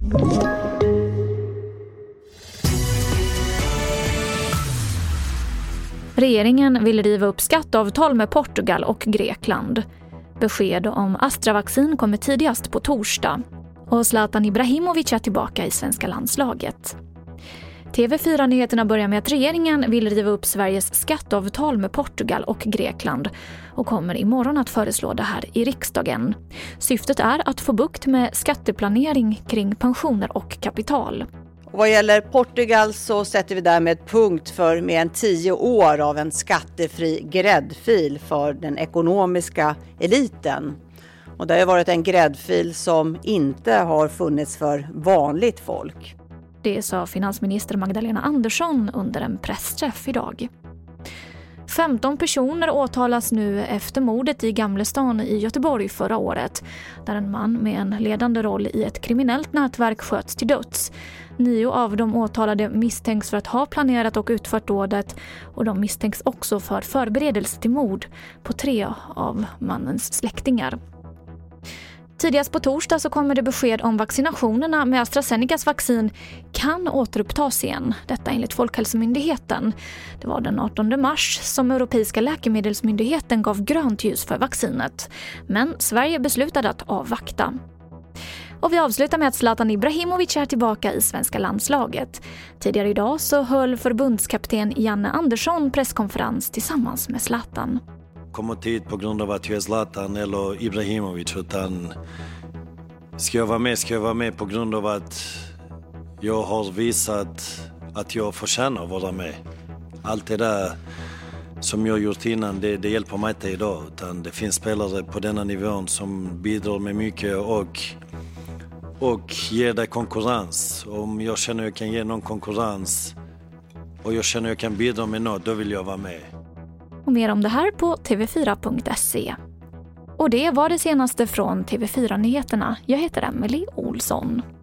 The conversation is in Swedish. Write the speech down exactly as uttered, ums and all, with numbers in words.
Regeringen vill riva upp skatteavtal med Portugal och Grekland. Besked om Astra-vaccin kommer tidigast på torsdag. Och Zlatan Ibrahimovic är tillbaka i svenska landslaget. T V fyra-nyheterna börjar med att regeringen vill riva upp Sveriges skatteavtal med Portugal och Grekland och kommer imorgon att föreslå det här i riksdagen. Syftet är att få bukt med skatteplanering kring pensioner och kapital. Och vad gäller Portugal så sätter vi därmed punkt för mer än tio år av en skattefri gräddfil för den ekonomiska eliten. Och det har varit en gräddfil som inte har funnits för vanligt folk. Det sa finansminister Magdalena Andersson under en pressträff idag. femton personer åtalas nu efter mordet i Gamlestan i Göteborg förra året, där en man med en ledande roll i ett kriminellt nätverk sköts till döds. Nio av de åtalade misstänks för att ha planerat och utfört dådet, och de misstänks också för förberedelse till mord på tre av mannens släktingar. Tidigast på torsdag så kommer det besked om vaccinationerna med AstraZenecas vaccin kan återupptas igen. Detta enligt Folkhälsomyndigheten. Det var den artonde mars som Europeiska läkemedelsmyndigheten gav grönt ljus för vaccinet. Men Sverige beslutade att avvakta. Och vi avslutar med att Zlatan Ibrahimovic är tillbaka i svenska landslaget. Tidigare idag så höll förbundskapten Janne Andersson presskonferens tillsammans med Zlatan. Kommit hit på grund av att jag är Zlatan eller Ibrahimovic, utan ska jag vara med ska jag vara med på grund av att jag har visat att jag förtjänar att vara med. Allt det där som jag gjort innan, det, det hjälper mig inte idag, utan det finns spelare på denna nivån som bidrar med mycket och, och ger dig konkurrens. Om jag känner att jag kan ge någon konkurrens och jag känner att jag kan bidra med något, då vill jag vara med. Och mer om det här på t v fyra punkt se. Och det var det senaste från T V fyra-nyheterna. Jag heter Emily Olsson.